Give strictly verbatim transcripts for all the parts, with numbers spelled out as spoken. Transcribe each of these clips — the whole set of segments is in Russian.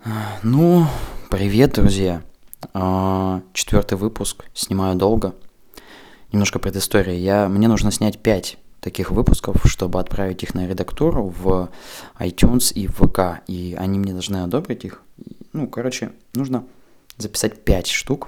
Ну, привет, друзья. А, Четвертый выпуск, снимаю долго. Немножко предыстории. Я, мне нужно снять пять таких выпусков, чтобы отправить их на редактуру в iTunes и в вэ ка. И они мне должны одобрить их. Ну, короче, нужно записать пять штук.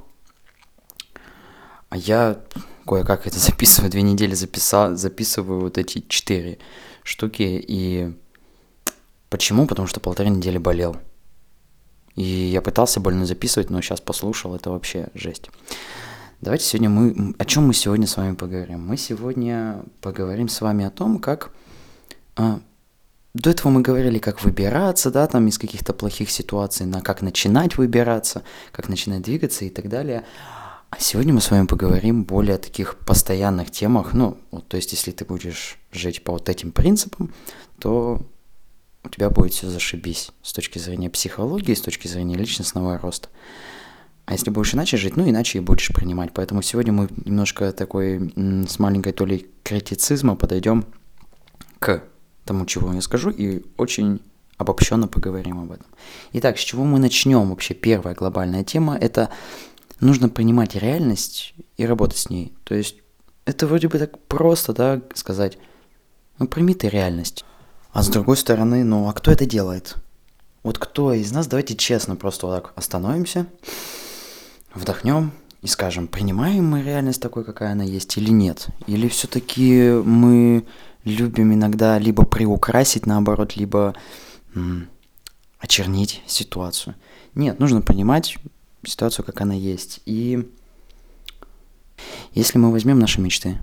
А я кое-как это записываю. Две недели записал, записываю вот эти четыре штуки. И почему? Потому что полторы недели болел. И я пытался больно записывать, но сейчас послушал, это вообще жесть. Давайте сегодня мы... О чем мы сегодня с вами поговорим? Мы сегодня поговорим с вами о том, как... А, до этого мы говорили, как выбираться, да, там из каких-то плохих ситуаций, на как начинать выбираться, как начинать двигаться и так далее. А сегодня мы с вами поговорим более о таких постоянных темах. Ну, вот, то есть, если ты будешь жить по вот этим принципам, то у тебя будет все зашибись с точки зрения психологии, с точки зрения личностного роста. А если будешь иначе жить, ну иначе и будешь принимать. Поэтому сегодня мы немножко такой м, с маленькой толей критицизма подойдем к тому, чего я скажу, и очень обобщенно поговорим об этом. Итак, с чего мы начнем? Вообще первая глобальная тема – это нужно принимать реальность и работать с ней. То есть это вроде бы так просто, да, сказать, ну прими ты реальность. А с другой стороны, ну а кто это делает? Вот кто из нас, давайте честно просто вот так остановимся, вдохнем и скажем, принимаем мы реальность такой, какая она есть, или нет? Или все-таки мы любим иногда либо приукрасить, наоборот, либо м- очернить ситуацию? Нет, нужно понимать ситуацию, как она есть. И если мы возьмем наши мечты,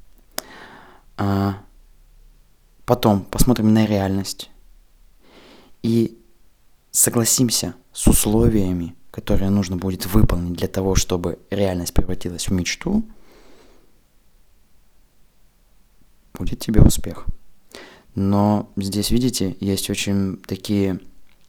а, потом посмотрим на реальность и согласимся с условиями, которые нужно будет выполнить для того, чтобы реальность превратилась в мечту, будет тебе успех. Но здесь, видите, есть очень такие,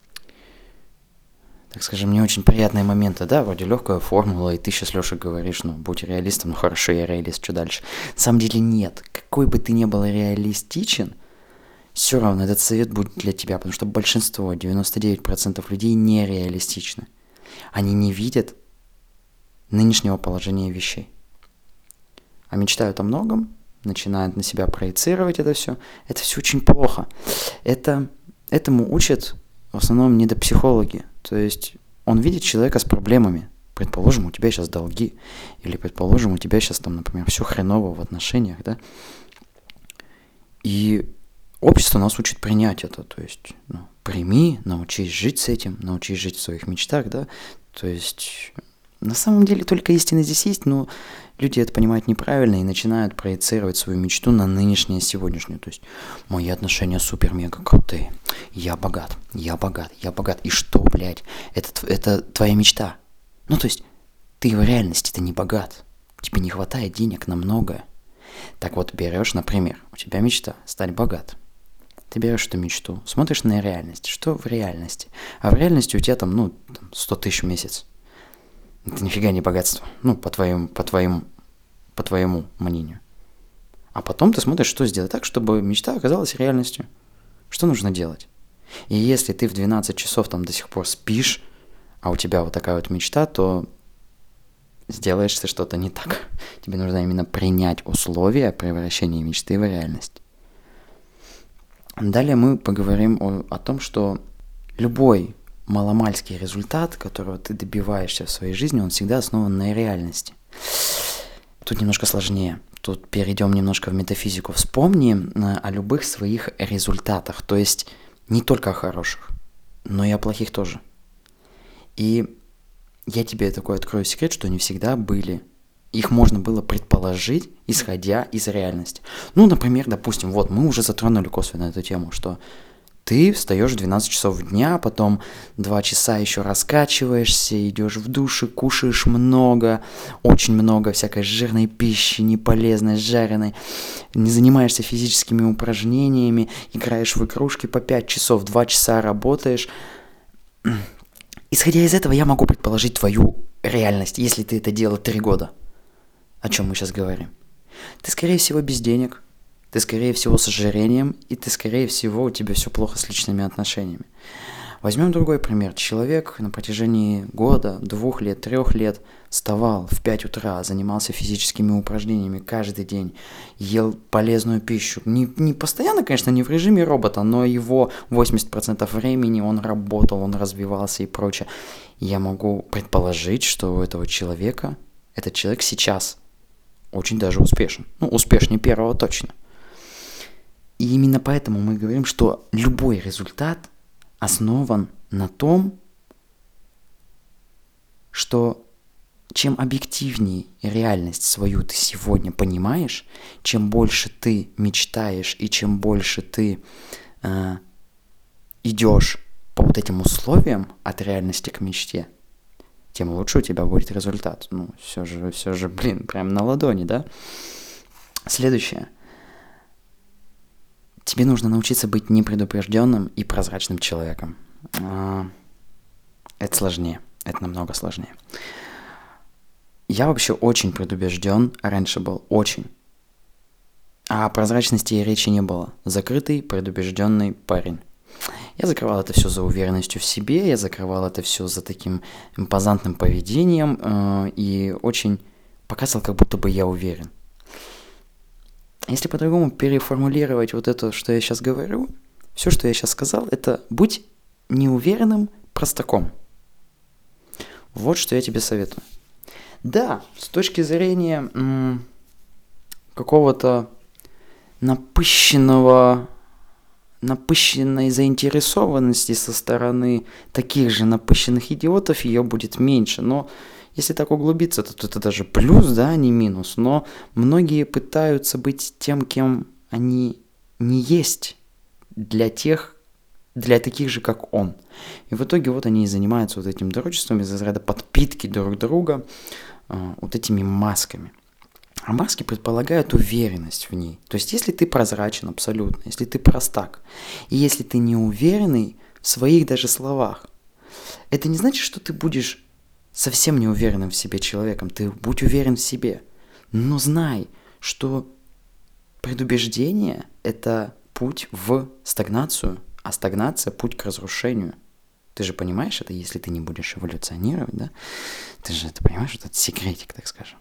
так скажем, не очень приятные моменты, да, вроде легкая формула, и ты сейчас, Леша, говоришь, ну, будь реалистом, ну, хорошо, я реалист, что дальше? На самом деле нет. Какой бы ты ни был реалистичен, все равно этот совет будет для тебя, потому что большинство, девяносто девять процентов людей нереалистичны. Они не видят нынешнего положения вещей. А мечтают о многом, начинают на себя проецировать это все. Это все очень плохо. Это, этому учат в основном недопсихологи. То есть он видит человека с проблемами. Предположим, у тебя сейчас долги. Или, предположим, у тебя сейчас там, например, все хреново в отношениях, да. И общество нас учит принять это, то есть, ну, прими, научись жить с этим, научись жить в своих мечтах, да, то есть, на самом деле только истина здесь есть, но люди это понимают неправильно и начинают проецировать свою мечту на нынешнее, сегодняшнее, то есть, мои отношения супер-мега крутые, я богат, я богат, я богат, и что, блядь, это, это твоя мечта, ну, то есть, ты в реальности-то не богат, тебе не хватает денег на многое. Так вот, берешь, например, у тебя мечта стать богатым. Ты берешь эту мечту, смотришь на реальность. Что в реальности? А в реальности у тебя там, ну, сто тысяч в месяц. Это нифига не богатство. Ну, по твоему, по твоему, по твоему мнению. А потом ты смотришь, что сделать так, чтобы мечта оказалась реальностью. Что нужно делать? И если ты в двенадцать часов там до сих пор спишь, а у тебя вот такая вот мечта, то сделаешь ты что-то не так. Тебе нужно именно принять условия превращения мечты в реальность. Далее мы поговорим о, о том, что любой маломальский результат, которого ты добиваешься в своей жизни, он всегда основан на реальности. Тут немножко сложнее. Тут перейдем немножко в метафизику. Вспомни о любых своих результатах, то есть не только о хороших, но и о плохих тоже. И я тебе такой открою секрет, что они всегда были. Их можно было предположить, исходя из реальности. Ну, например, допустим, вот мы уже затронули косвенно эту тему, что ты встаешь в двенадцать часов дня, потом два часа еще раскачиваешься, идешь в душ, кушаешь много, очень много всякой жирной пищи, неполезной, жареной, не занимаешься физическими упражнениями, играешь в игрушки по пять часов, два часа работаешь. Исходя из этого, я могу предположить твою реальность, если ты это делал три года. О чем мы сейчас говорим? Ты, скорее всего, без денег, ты, скорее всего, с ожирением, и ты, скорее всего, у тебя все плохо с личными отношениями. Возьмем другой пример. Человек на протяжении года, двух лет, трех лет вставал в пять утра, занимался физическими упражнениями каждый день, ел полезную пищу. Не, не постоянно, конечно, не в режиме робота, но его восемьдесят процентов времени он работал, он развивался и прочее. Я могу предположить, что у этого человека, этот человек сейчас очень даже успешен. Ну, успешнее первого точно. И именно поэтому мы говорим, что любой результат основан на том, что чем объективнее реальность свою ты сегодня понимаешь, чем больше ты мечтаешь и чем больше ты э, идешь по вот этим условиям от реальности к мечте, тем лучше у тебя будет результат. Ну, все же, все же, блин, прям на ладони, да? Следующее. Тебе нужно научиться быть непредупрежденным и прозрачным человеком. Это сложнее, это намного сложнее. Я вообще очень предубежден, раньше был, очень. А о прозрачности и речи не было. Закрытый, предубежденный парень. Я закрывал это все за уверенностью в себе, я закрывал это все за таким импозантным поведением э, и очень показывал, как будто бы я уверен. Если по-другому переформулировать вот это, что я сейчас говорю, все, что я сейчас сказал, это будь неуверенным простаком. Вот что я тебе советую. Да, с точки зрения м- какого-то напыщенного, напыщенной заинтересованности со стороны таких же напыщенных идиотов ее будет меньше, но если так углубиться, то, то это даже плюс, да, а не минус. Но многие пытаются быть тем, кем они не есть для тех, для таких же, как он. И в итоге вот они и занимаются вот этим дурочеством из разряда подпитки друг друга э, вот этими масками. А маски предполагают уверенность в ней. То есть если ты прозрачен абсолютно, если ты простак, и если ты не уверенный в своих даже словах, это не значит, что ты будешь совсем не уверенным в себе человеком. Ты будь уверен в себе. Но знай, что предубеждение – это путь в стагнацию, а стагнация – путь к разрушению. Ты же понимаешь это, если ты не будешь эволюционировать, да? Ты же это понимаешь, это секретик, так скажем.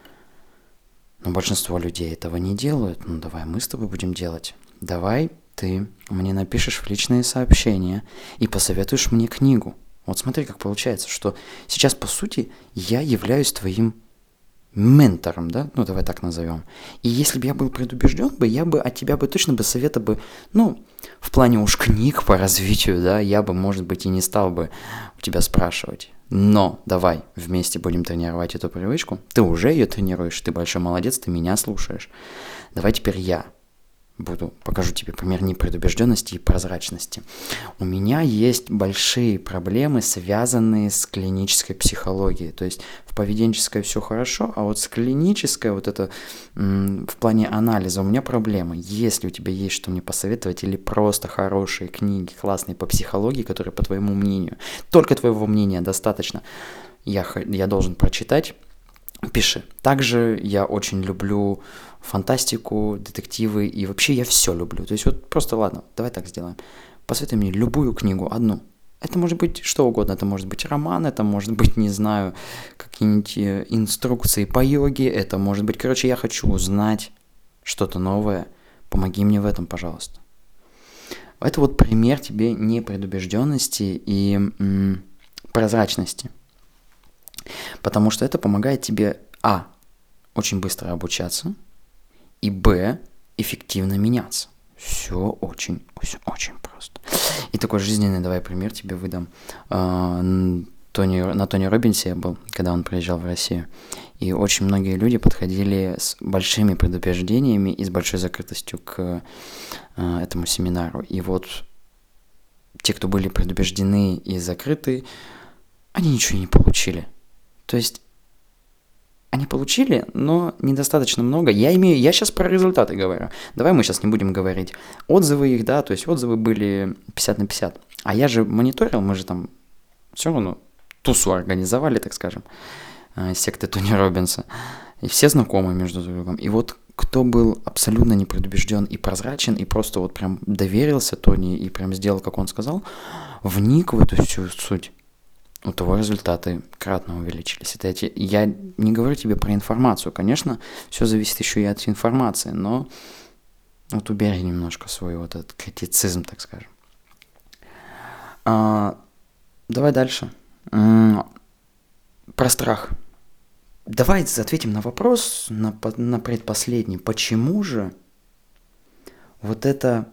Но большинство людей этого не делают. Ну давай мы с тобой будем делать. Давай ты мне напишешь в личные сообщения и посоветуешь мне книгу. Вот смотри, как получается, что сейчас, по сути, я являюсь твоим ментором, да, ну давай так назовем. И если бы я был предубежден бы, я бы от тебя бы точно бы совета бы, ну, в плане уж книг по развитию, да, я бы, может быть, и не стал бы у тебя спрашивать. Но давай вместе будем тренировать эту привычку. Ты уже ее тренируешь, ты большой молодец, ты меня слушаешь. Давай теперь я буду, покажу тебе пример непредубежденности и прозрачности. У меня есть большие проблемы, связанные с клинической психологией. То есть в поведенческой все хорошо, а вот с клинической, вот это м, в плане анализа у меня проблемы. Если у тебя есть что мне посоветовать или просто хорошие книги, классные по психологии, которые по твоему мнению, только твоего мнения достаточно, я, я должен прочитать, пиши. Также я очень люблю фантастику, детективы и вообще я все люблю. То есть вот просто ладно, давай так сделаем. Посоветуй мне любую книгу, одну. Это может быть что угодно, это может быть роман, это может быть, не знаю, какие-нибудь инструкции по йоге, это может быть, короче, я хочу узнать что-то новое, помоги мне в этом, пожалуйста. Это вот пример тебе непредубежденности и м, прозрачности. Потому что это помогает тебе, а, очень быстро обучаться, и, б, эффективно меняться. Все очень, все очень просто. И такой жизненный, давай пример тебе выдам. Тони, на Тони Роббинсе я был, когда он приезжал в Россию, и очень многие люди подходили с большими предубеждениями и с большой закрытостью к этому семинару. И вот те, кто были предубеждены и закрыты, они ничего не получили. То есть они получили, но недостаточно много. Я имею, я сейчас про результаты говорю. Давай мы сейчас не будем говорить отзывы их, да, то есть отзывы были пятьдесят на пятьдесят. А я же мониторил, мы же там все равно тусу организовали, так скажем, секты Тони Роббинса. И все знакомы между другом. И вот кто был абсолютно не предубежден и прозрачен, и просто вот прям доверился Тони и прям сделал, как он сказал, вник в эту всю суть, у того результаты кратно увеличились. Это эти... Я не говорю тебе про информацию, конечно, все зависит еще и от информации, но вот убери немножко свой вот этот критицизм, так скажем. А, давай дальше. Про страх. Давай ответим на вопрос, на, на предпоследний. Почему же вот эта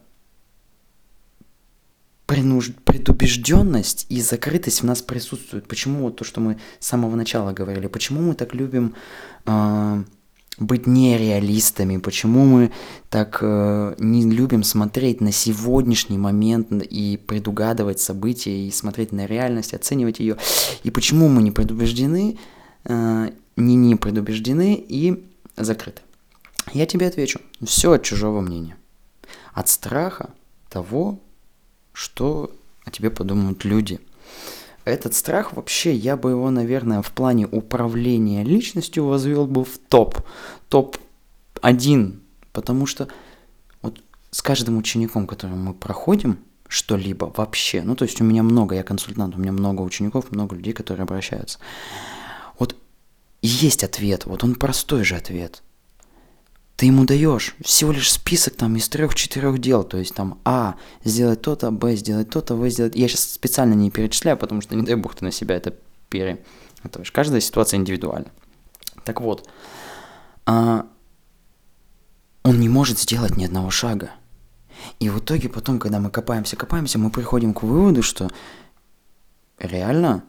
принуж... предубежденность и закрытость в нас присутствует? Почему вот то, что мы с самого начала говорили? Почему мы так любим э, быть нереалистами? Почему мы так э, не любим смотреть на сегодняшний момент и предугадывать события, и смотреть на реальность, оценивать ее? И почему мы не предубеждены, э, не не предубеждены и закрыты? Я тебе отвечу. Все от чужого мнения. От страха того, что о тебе подумают люди. Этот страх вообще, я бы его, наверное, в плане управления личностью возвел бы в топ. топ один. Потому что вот с каждым учеником, которым мы проходим что-либо вообще, ну то есть у меня много, я консультант, у меня много учеников, много людей, которые обращаются. Вот есть ответ, вот он простой же ответ. Ты ему даешь всего лишь список там из трех-четырех дел, то есть там А, сделать то-то, Б, сделать то-то, В, сделать... Я сейчас специально не перечисляю, потому что, не дай бог, ты на себя это переатываешь. Каждая ситуация индивидуальна. Так вот, а... он не может сделать ни одного шага. И в итоге потом, когда мы копаемся, копаемся, мы приходим к выводу, что реально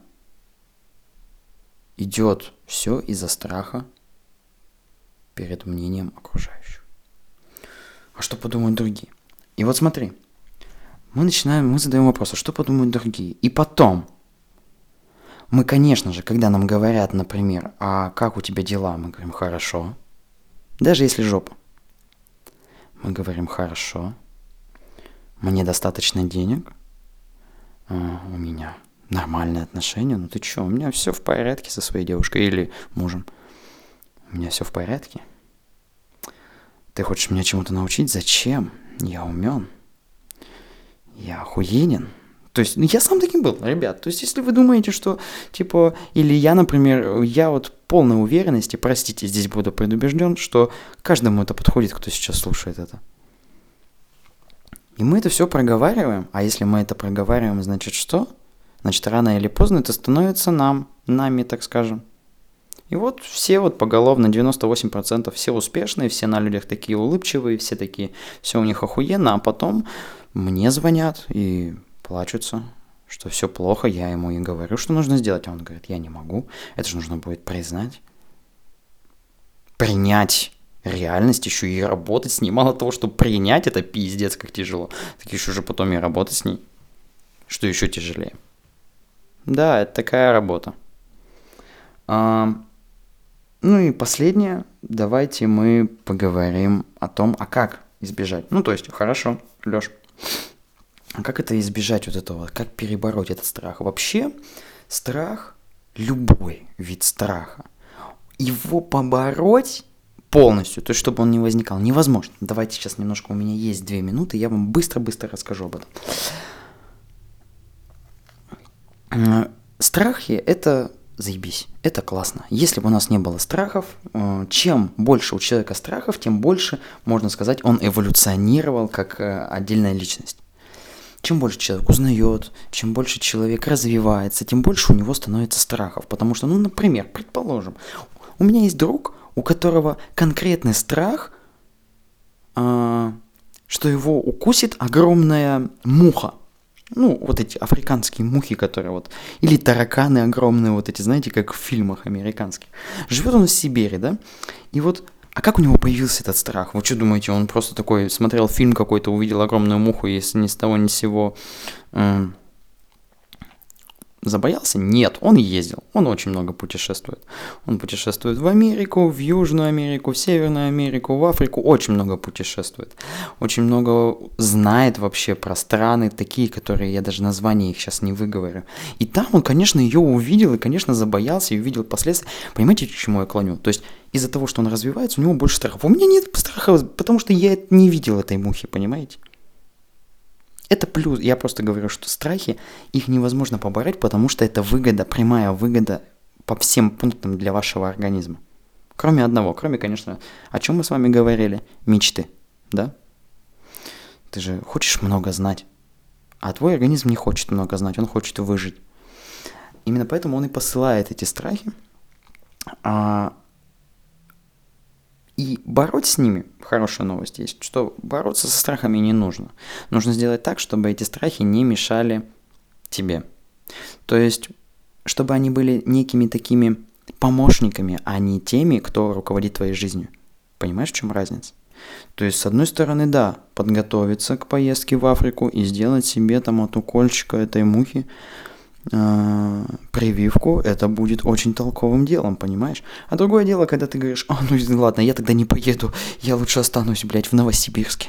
идет все из-за страха перед мнением окружающих. А что подумают другие? И вот смотри, мы начинаем, мы задаем вопрос, а что подумают другие? И потом, мы, конечно же, когда нам говорят, например, а как у тебя дела, мы говорим, хорошо. Даже если жопа. Мы говорим, хорошо. Мне достаточно денег. А, у меня нормальные отношения. Ну ты чё, у меня все в порядке со своей девушкой или мужем. У меня все в порядке. Ты хочешь меня чему-то научить? Зачем? Я умен. Я охуенен. То есть, ну, я сам таким был, ребят. То есть, если вы думаете, что, типа, или я, например, я вот полной уверенности, простите, здесь буду предубежден, что каждому это подходит, кто сейчас слушает это. И мы это все проговариваем. А если мы это проговариваем, значит что? Значит, рано или поздно это становится нам, нами, так скажем. И вот все вот поголовно, девяносто восемь процентов все успешные, все на людях такие улыбчивые, все такие, все у них охуенно, а потом мне звонят и плачутся, что все плохо, я ему и говорю, что нужно сделать, а он говорит, я не могу, это же нужно будет признать, принять реальность, еще и работать с ней, мало того, что принять, это пиздец, как тяжело, так еще же потом и работать с ней, что еще тяжелее. Да, это такая работа. А, ну и последнее, давайте мы поговорим о том, а как избежать. Ну, то есть, хорошо, Лёш, а как это избежать вот этого, как перебороть этот страх? Вообще, страх, любой вид страха, его побороть полностью, то есть, чтобы он не возникал, невозможно. Давайте сейчас немножко, у меня есть две минуты, я вам быстро-быстро расскажу об этом. Страхи – это... Заебись, это классно. Если бы у нас не было страхов, чем больше у человека страхов, тем больше, можно сказать, он эволюционировал как отдельная личность. Чем больше человек узнает, чем больше человек развивается, тем больше у него становится страхов. Потому что, ну, например, предположим, у меня есть друг, у которого конкретный страх, что его укусит огромная муха. Ну, вот эти африканские мухи, которые вот... Или тараканы огромные, вот эти, знаете, как в фильмах американских. Живет он в Сибири, да? И вот... А как у него появился этот страх? Вы что думаете, он просто такой смотрел фильм какой-то, увидел огромную муху и ни с того ни с сего... Э, забоялся? Нет, он ездил, он очень много путешествует. Он путешествует в Америку, в Южную Америку, в Северную Америку, в Африку, очень много путешествует. Очень много знает вообще про страны, такие, которые я даже названия их сейчас не выговорю. И там он, конечно, ее увидел и, конечно, забоялся и увидел последствия. Понимаете, к чему я клоню? То есть из-за того, что он развивается, у него больше страхов. У меня нет страха, потому что я не видел этой мухи, понимаете? Это плюс, я просто говорю, что страхи, их невозможно побороть, потому что это выгода, прямая выгода по всем пунктам для вашего организма. Кроме одного, кроме, конечно, о чем мы с вами говорили? Мечты, да? Ты же хочешь много знать, а твой организм не хочет много знать, он хочет выжить. Именно поэтому он и посылает эти страхи, а... И бороться с ними, хорошая новость есть, что бороться со страхами не нужно. Нужно сделать так, чтобы эти страхи не мешали тебе. То есть, чтобы они были некими такими помощниками, а не теми, кто руководит твоей жизнью. Понимаешь, в чем разница? То есть, с одной стороны, да, подготовиться к поездке в Африку и сделать себе там от укольчика этой мухи прививку, это будет очень толковым делом, понимаешь? А другое дело, когда ты говоришь, а, ну ладно, я тогда не поеду, я лучше останусь, блядь, в Новосибирске.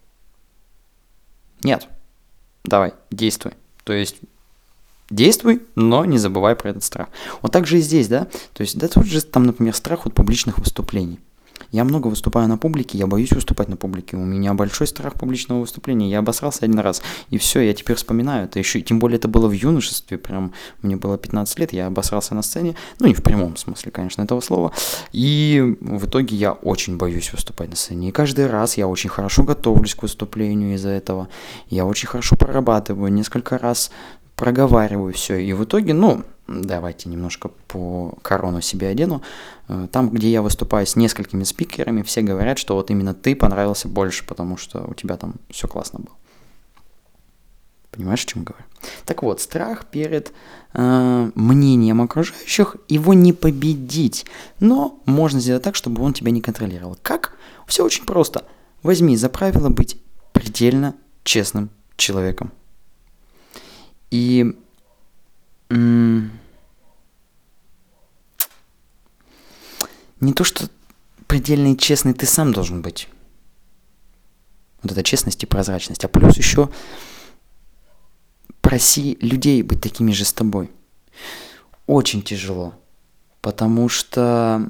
Нет, давай, действуй. То есть, действуй, но не забывай про этот страх. Вот так же и здесь, да? То есть, да, тут же там, например, страх от публичных выступлений. Я много выступаю на публике, я боюсь выступать на публике. У меня большой страх публичного выступления. Я обосрался один раз. И все, я теперь вспоминаю это. Еще, тем более это было в юношестве. Прям мне было пятнадцать лет, я обосрался на сцене. Ну, не в прямом смысле, конечно, этого слова. И в итоге я очень боюсь выступать на сцене. И каждый раз я очень хорошо готовлюсь к выступлению из-за этого. Я очень хорошо прорабатываю. Несколько раз проговариваю все. И в итоге, ну... Давайте немножко по корону себе одену. Там, где я выступаю с несколькими спикерами, все говорят, что вот именно ты понравился больше, потому что у тебя там все классно было. Понимаешь, о чем говорю? Так вот, страх перед э, мнением окружающих, его не победить, но можно сделать так, чтобы он тебя не контролировал. Как? Все очень просто. Возьми за правило быть предельно честным человеком. И... М- Не то, что предельно честный ты сам должен быть. Вот это честность и прозрачность. А плюс еще проси людей быть такими же с тобой. Очень тяжело. Потому что...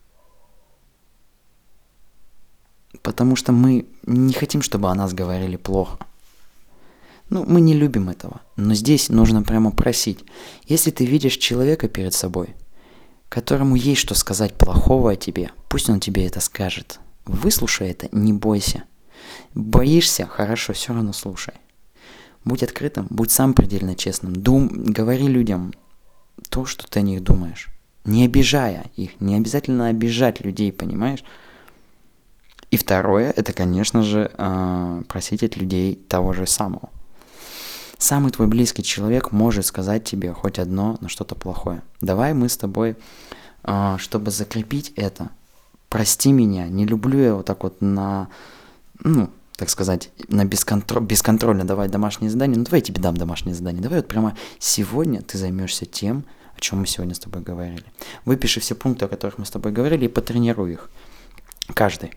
Потому что мы не хотим, чтобы о нас говорили плохо. Ну, мы не любим этого. Но здесь нужно прямо просить. Если ты видишь человека перед собой, которому есть что сказать плохого о тебе, пусть он тебе это скажет. Выслушай это, не бойся. Боишься? Хорошо, все равно слушай. Будь открытым, будь сам предельно честным. Дум, говори людям то, что ты о них думаешь. Не обижая их, не обязательно обижать людей, понимаешь? И второе, это, конечно же, просить от людей того же самого. Самый твой близкий человек может сказать тебе хоть одно, но что-то плохое. Давай мы с тобой, чтобы закрепить это, прости меня, не люблю я вот так вот на, ну, так сказать, на бесконтроль, бесконтрольно давать домашние задания. Ну, давай я тебе дам домашнее задание. Давай вот прямо сегодня ты займешься тем, о чем мы сегодня с тобой говорили. Выпиши все пункты, о которых мы с тобой говорили, и потренируй их. Каждый.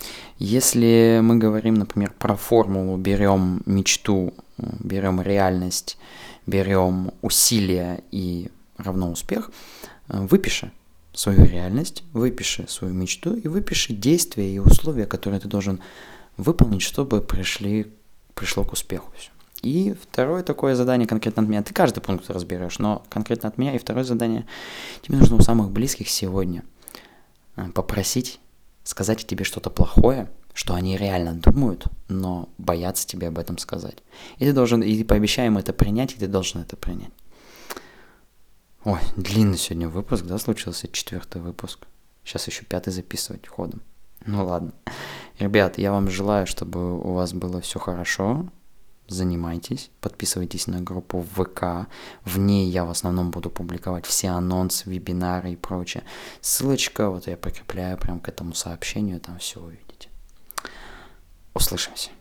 Если мы говорим, например, про формулу, берем мечту, берем реальность, берем усилия и равно успех, выпиши свою реальность, выпиши свою мечту и выпиши действия и условия, которые ты должен выполнить, чтобы пришли, пришло к успеху. И второе такое задание конкретно от меня. Ты каждый пункт разберешь, но конкретно от меня. И второе задание. Тебе нужно у самых близких сегодня попросить сказать тебе что-то плохое, что они реально думают, но боятся тебе об этом сказать. И ты должен, и пообещай им это принять, и ты должен это принять. Ой, длинный сегодня выпуск, да, случился? Четвертый выпуск. Сейчас еще пятый записывать ходом. Ну ладно. Ребят, я вам желаю, чтобы у вас было все хорошо. Занимайтесь, подписывайтесь на группу в ВК. В ней я в основном буду публиковать все анонсы, вебинары и прочее. Ссылочка, вот я прикрепляю прям к этому сообщению, там все увидите. Услышимся.